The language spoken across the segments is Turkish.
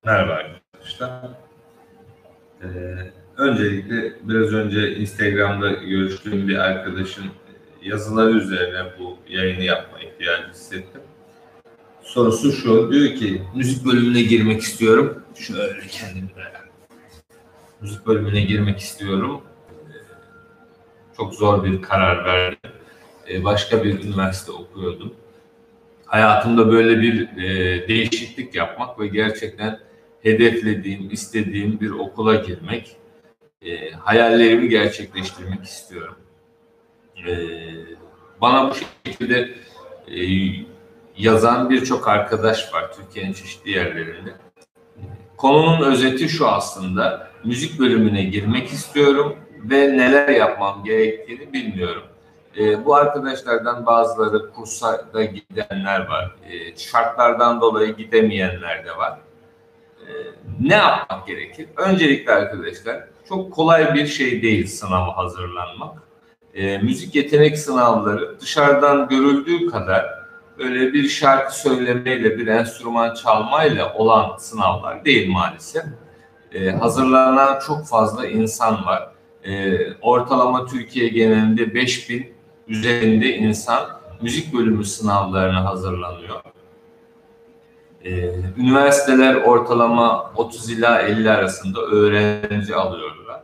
Merhaba arkadaşlar. Ee, Öncelikle biraz önce Instagram'da görüştüğüm bir arkadaşın yazıları üzerine bu yayını yapma ihtiyacı hissettim. Sorusu şu, diyor ki müzik bölümüne girmek istiyorum. Şöyle kendimi müzik bölümüne girmek istiyorum. Çok zor bir karar verdim. Başka bir üniversite okuyordum. Hayatımda böyle bir değişiklik yapmak ve gerçekten hedeflediğim, istediğim bir okula girmek, hayallerimi gerçekleştirmek istiyorum. Bana bu şekilde yazan birçok arkadaş var Türkiye'nin çeşitli yerlerinde. Konunun özeti şu aslında, müzik bölümüne girmek istiyorum ve neler yapmam gerektiğini bilmiyorum. Bu arkadaşlardan bazıları kursa da gidenler var. Şartlardan dolayı gidemeyenler de var. Ne yapmak gerekir? Öncelikle arkadaşlar çok kolay bir şey değil sınava hazırlanmak. Müzik yetenek sınavları dışarıdan görüldüğü kadar böyle bir şarkı söylemeyle, bir enstrüman çalmayla olan sınavlar değil maalesef. Hazırlanan çok fazla insan var. Ortalama Türkiye genelinde 5000 üzerinde insan müzik bölümü sınavlarına hazırlanıyor. Üniversiteler ortalama 30 ila 50 arasında öğrenci alıyorlar.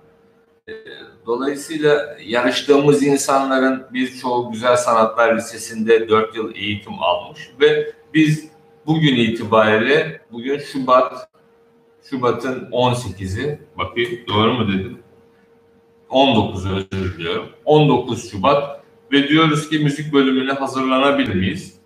Dolayısıyla yarıştığımız insanların birçoğu Güzel Sanatlar Lisesi'nde 4 yıl eğitim almış ve biz bugün itibariyle, bugün Şubat'ın 18'i, bakayım doğru mu dedim? 19 özür diliyorum. 19 Şubat ve diyoruz ki müzik bölümüne hazırlanabilir miyiz?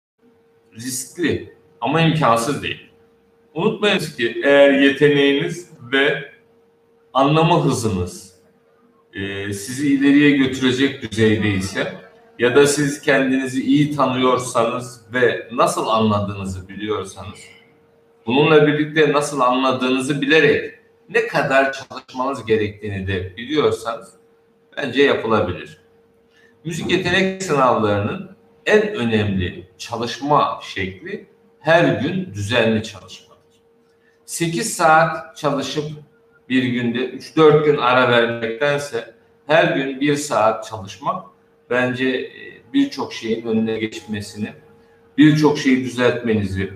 Riskli ama imkansız değil. Unutmayınız ki eğer yeteneğiniz ve anlama hızınız sizi ileriye götürecek düzeyde ise ya da siz kendinizi iyi tanıyorsanız ve nasıl anladığınızı biliyorsanız, bununla birlikte nasıl anladığınızı bilerek ne kadar çalışmanız gerektiğini de biliyorsanız bence yapılabilir. Müzik yetenek sınavlarının en önemli çalışma şekli her gün düzenli çalışmadır. 8 saat çalışıp bir günde 3-4 gün ara vermektense her gün 1 saat çalışmak bence birçok şeyin önüne geçmesini, birçok şeyi düzeltmenizi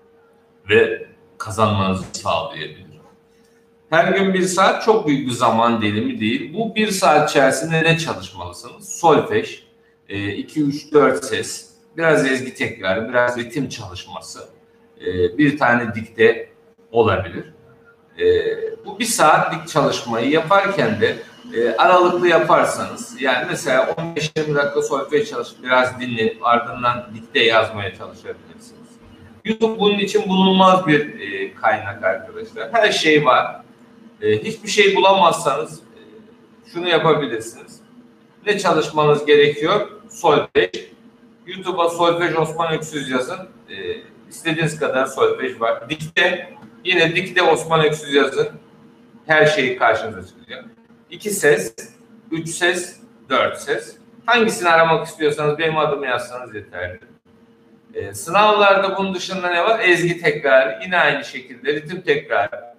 ve kazanmanızı sağlayabilir. Her gün 1 saat çok büyük bir zaman dilimi değil. Bu 1 saat içerisinde ne çalışmalısınız? Solfej, 2-3-4 ses, biraz ezgi tekrarı, biraz ritim çalışması, bir tane dikte olabilir. Bu 1 saatlik çalışmayı yaparken de aralıklı yaparsanız, yani mesela 15-20 dakika solfej çalışıp biraz dinlenip ardından dikte yazmaya çalışabilirsiniz. YouTube bunun için bulunmaz bir kaynak arkadaşlar. Her şey var. Hiçbir şey bulamazsanız şunu yapabilirsiniz. Ne çalışmanız gerekiyor? Solfej. YouTube'a solfej Osman Öksüz yazın. İstediğiniz kadar solfej var. Dikte. Yine dikte Osman Öksüz yazın. Her şey karşınıza çıkacak. 2 ses, 3 ses, 4 ses. Hangisini aramak istiyorsanız benim adımı yazsanız yeterli. Sınavlarda bunun dışında ne var? Ezgi tekrarı. Yine aynı şekilde ritim tekrarı.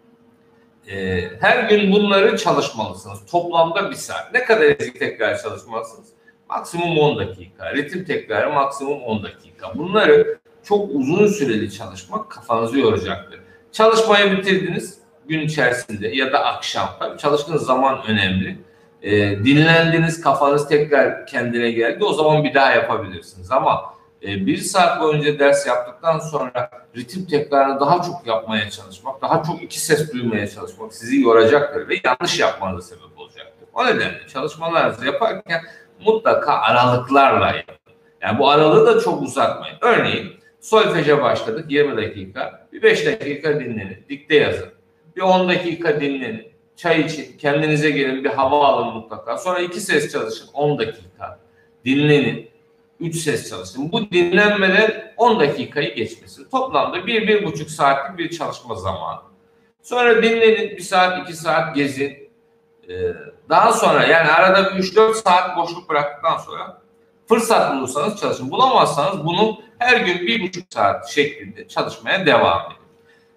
Her gün bunları çalışmalısınız. Toplamda 1 saat. Ne kadar ezgi tekrar çalışmalısınız? Maksimum 10 dakika. Ritim tekrarı maksimum 10 dakika. Bunları çok uzun süreli çalışmak kafanızı yoracaktır. Çalışmayı bitirdiniz gün içerisinde ya da akşam. Tabii çalıştığınız zaman önemli. Dinlendiniz, kafanız tekrar kendine geldi. O zaman bir daha yapabilirsiniz. Ama 1 saat boyunca ders yaptıktan sonra ritim tekrarını daha çok yapmaya çalışmak, daha çok 2 ses duymaya çalışmak sizi yoracaktır ve yanlış yapmanıza sebep olacaktır. O nedenle çalışmalarınızı yaparken mutlaka aralıklarla yapın. Yani bu aralığı da çok uzatmayın. Örneğin solfeje başladık 20 dakika, bir 5 dakika dinlenin, dikte yazın. Bir 10 dakika dinlenin, çay için, kendinize gelin, bir hava alın mutlaka. Sonra 2 ses çalışın 10 dakika, dinlenin. 3 ses çalışın. Bu dinlenmeden 10 dakikayı geçmesin. Toplamda 1-1,5 saatlik bir çalışma zamanı. Sonra dinlenin, 1 saat, 2 saat gezin. Daha sonra yani arada 3-4 saat boşluk bıraktıktan sonra fırsat bulursanız çalışın. Bulamazsanız bunu her gün 1,5 saat şeklinde çalışmaya devam edin.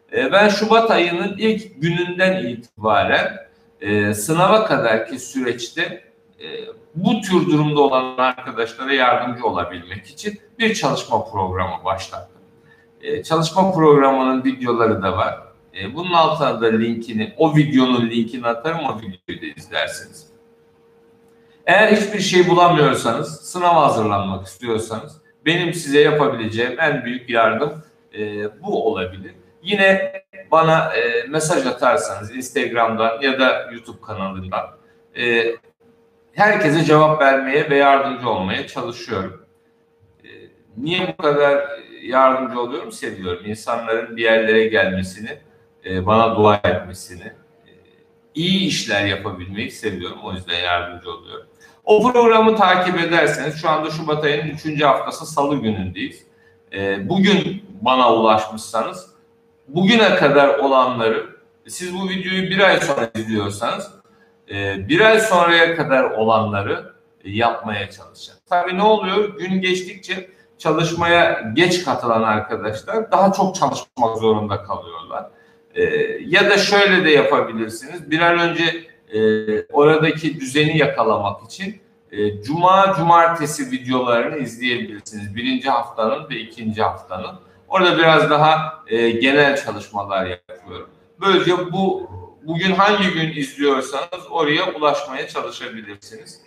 Ben Şubat ayının ilk gününden itibaren sınava kadarki süreçte bu tür durumda olan arkadaşlara yardımcı olabilmek için bir çalışma programı başlattım. Çalışma programının videoları da var. Bunun altına da linkini, o videonun linkini atarım, o videoyu da izlersiniz. Eğer hiçbir şey bulamıyorsanız, sınava hazırlanmak istiyorsanız, benim size yapabileceğim en büyük yardım bu olabilir. Yine bana mesaj atarsanız Instagram'dan ya da YouTube kanalından herkese cevap vermeye ve yardımcı olmaya çalışıyorum. Niye bu kadar yardımcı oluyorum? Seviyorum. İnsanların bir yerlere gelmesini, bana dua etmesini, iyi işler yapabilmeyi seviyorum. O yüzden yardımcı oluyorum. O programı takip ederseniz, şu anda Şubat ayının 3. haftası Salı günündeyiz. Bugün bana ulaşmışsanız, bugüne kadar olanları, siz bu videoyu bir ay sonra izliyorsanız, bir ay sonraya kadar olanları yapmaya çalışacağım. Tabii ne oluyor? Gün geçtikçe çalışmaya geç katılan arkadaşlar daha çok çalışmak zorunda kalıyorlar. Ya da şöyle de yapabilirsiniz. Bir an önce oradaki düzeni yakalamak için cumartesi videolarını izleyebilirsiniz. Birinci haftanın ve ikinci haftanın. Orada biraz daha genel çalışmalar yapıyorum. Böylece bugün hangi gün izliyorsanız oraya ulaşmaya çalışabilirsiniz.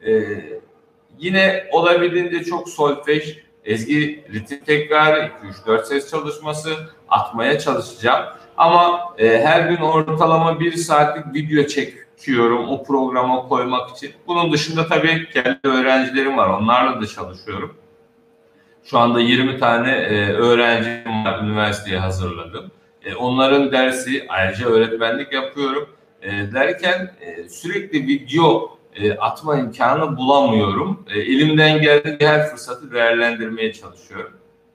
Yine olabildiğince çok solfej, ezgi, ritim tekrarı, 2-3-4 ses çalışması atmaya çalışacağım. Ama her gün ortalama 1 saatlik video çekiyorum o programa koymak için. Bunun dışında tabii kendi öğrencilerim var. Onlarla da çalışıyorum. Şu anda 20 tane öğrencim var, üniversiteye hazırladım. Onların dersi, ayrıca öğretmenlik yapıyorum. Derken sürekli video atma imkanı bulamıyorum. Elimden geldiği her fırsatı değerlendirmeye çalışıyorum.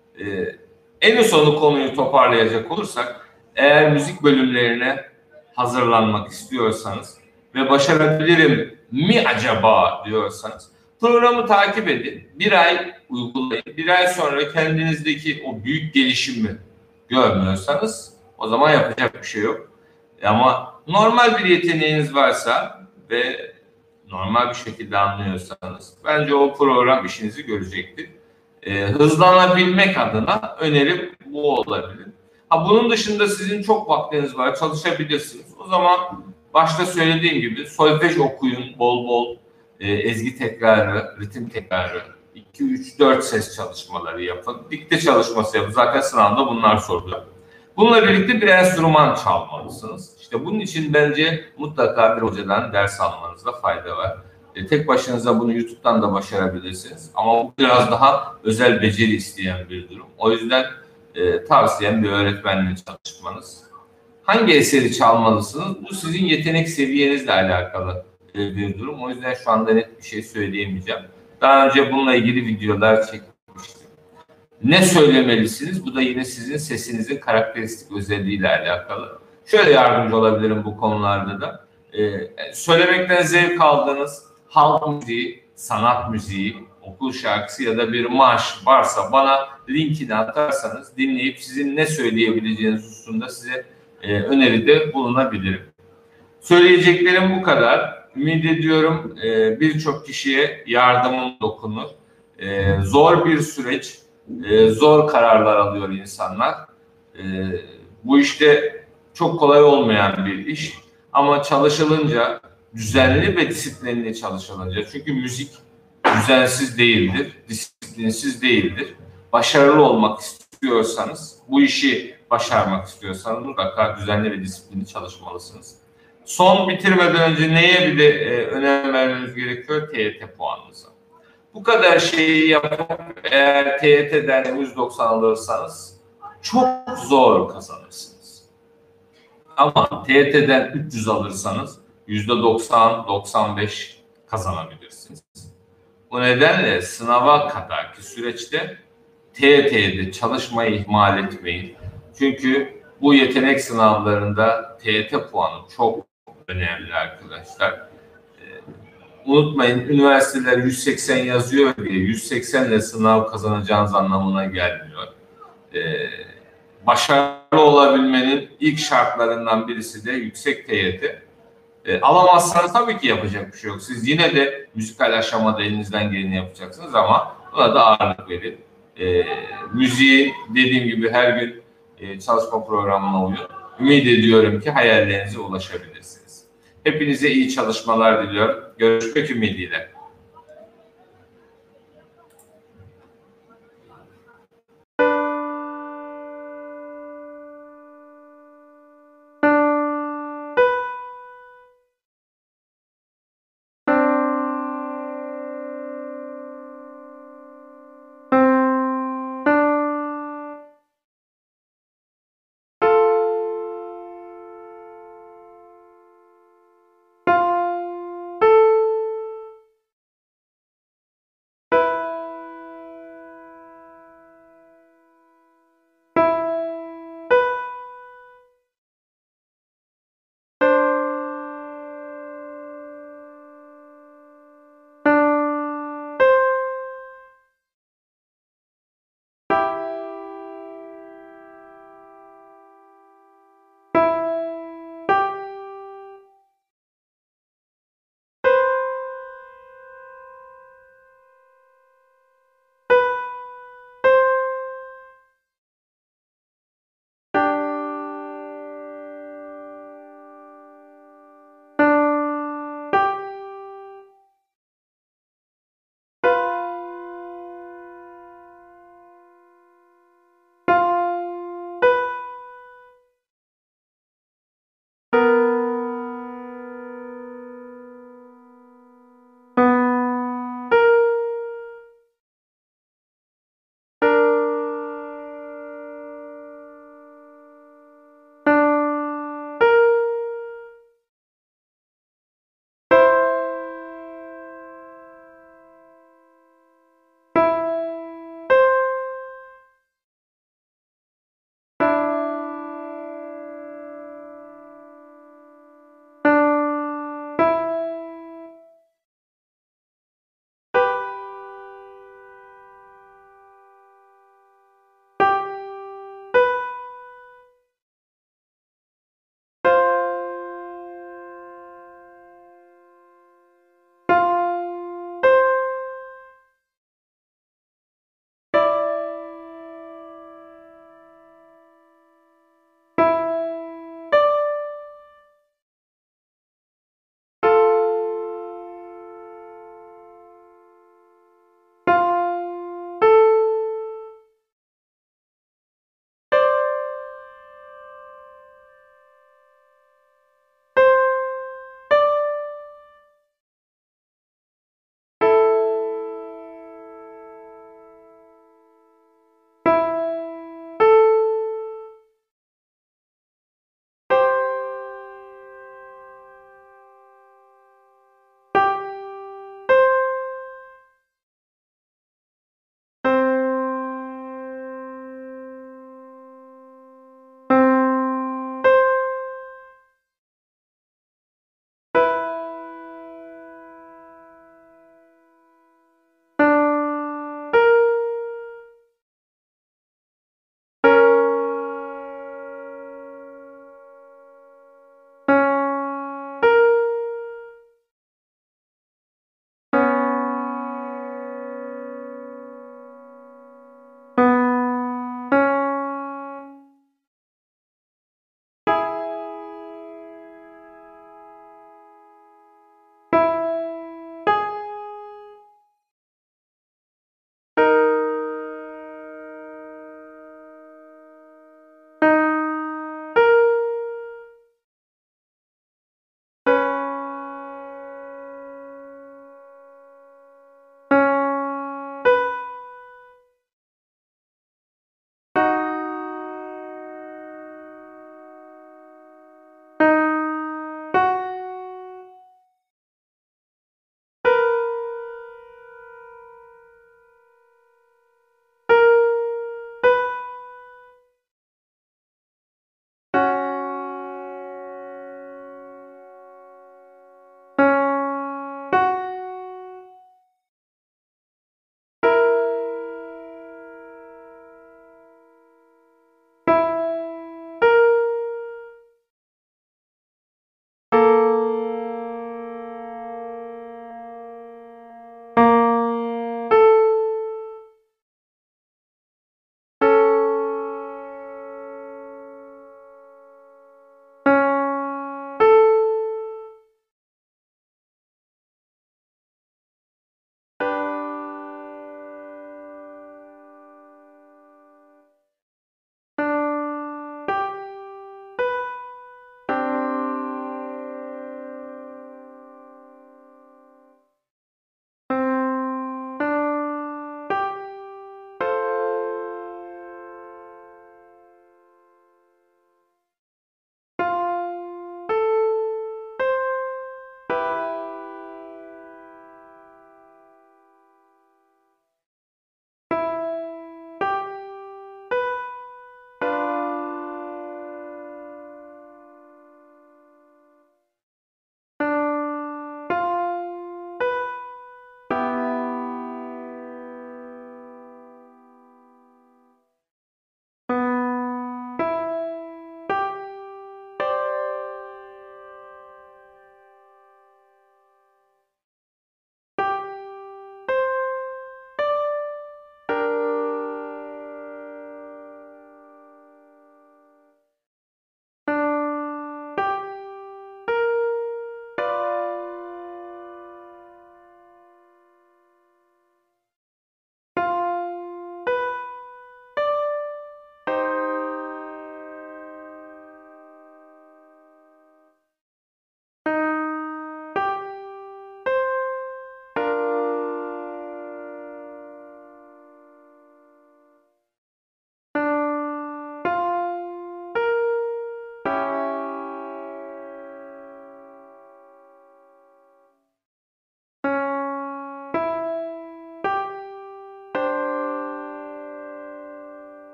En sonu konuyu toparlayacak olursak, eğer müzik bölümlerine hazırlanmak istiyorsanız ve başarabilirim mi acaba diyorsanız, programı takip edin. Bir ay uygulayın. Bir ay sonra kendinizdeki o büyük gelişimi görmüyorsanız o zaman yapacak bir şey yok. Ama normal bir yeteneğiniz varsa ve normal bir şekilde anlıyorsanız bence o program işinizi görecektir. Hızlanabilmek adına önerim bu olabilir. Bunun dışında sizin çok vaktiniz var, çalışabilirsiniz. O zaman başta söylediğim gibi solfej okuyun, bol bol ezgi tekrarı, ritim tekrarı, 2-3-4 ses çalışmaları yapın. Dikte çalışması yapın. Zaten sınavda bunlar soruluyor. Bununla birlikte bir enstrüman çalmalısınız. İşte bunun için bence mutlaka bir hocadan ders almanızda fayda var. Tek başınıza bunu YouTube'dan da başarabilirsiniz. Ama bu biraz daha özel beceri isteyen bir durum. O yüzden tavsiyem bir öğretmenle çalışmanız. Hangi eseri çalmalısınız? Bu sizin yetenek seviyenizle alakalı bir durum. O yüzden şu anda net bir şey söyleyemeyeceğim. Daha önce bununla ilgili videolar çekmiştim. Ne söylemelisiniz? Bu da yine sizin sesinizin karakteristik özelliğiyle alakalı. Şöyle yardımcı olabilirim bu konularda da. Söylemekten zevk aldığınız halk müziği, sanat müziği, okul şarkısı ya da bir marş varsa bana linkini atarsanız dinleyip sizin ne söyleyebileceğiniz hususunda size öneride bulunabilirim. Söyleyeceklerim bu kadar. Ümit ediyorum birçok kişiye yardımım dokunur. Zor bir süreç, zor kararlar alıyor insanlar. Bu işte çok kolay olmayan bir iş. Ama çalışılınca, düzenli ve disiplinli çalışılınca, çünkü müzik düzensiz değildir, disiplinsiz değildir. Başarılı olmak istiyorsanız, bu işi başarmak istiyorsanız mutlaka düzenli ve disiplinli çalışmalısınız. Son bitirmeden önce neye bir de önem vermeniz gerekiyor? TYT puanınıza. Bu kadar şeyi yapıp eğer TYT'den 190 alırsanız çok zor kazanırsınız. Ama TYT'den 300 alırsanız %90-95 kazanabilirsiniz. Bu nedenle sınava kadarki süreçte TYT'de çalışmayı ihmal etmeyin. Çünkü bu yetenek sınavlarında TYT puanı çok önemli arkadaşlar. Unutmayın, üniversiteler 180 yazıyor diye 180 ile sınav kazanacağınız anlamına gelmiyor. başarılı olabilmenin ilk şartlarından birisi de yüksek TYT. Alamazsanız tabii ki yapacak bir şey yok. Siz yine de müzikal aşamada elinizden geleni yapacaksınız ama buna da ağırlık verin. Müziği dediğim gibi her gün çalışma programına uyun. Ümit ediyorum ki hayallerinize ulaşabilirsiniz. Hepinize iyi çalışmalar diliyorum. Görüşmek ümidiyle.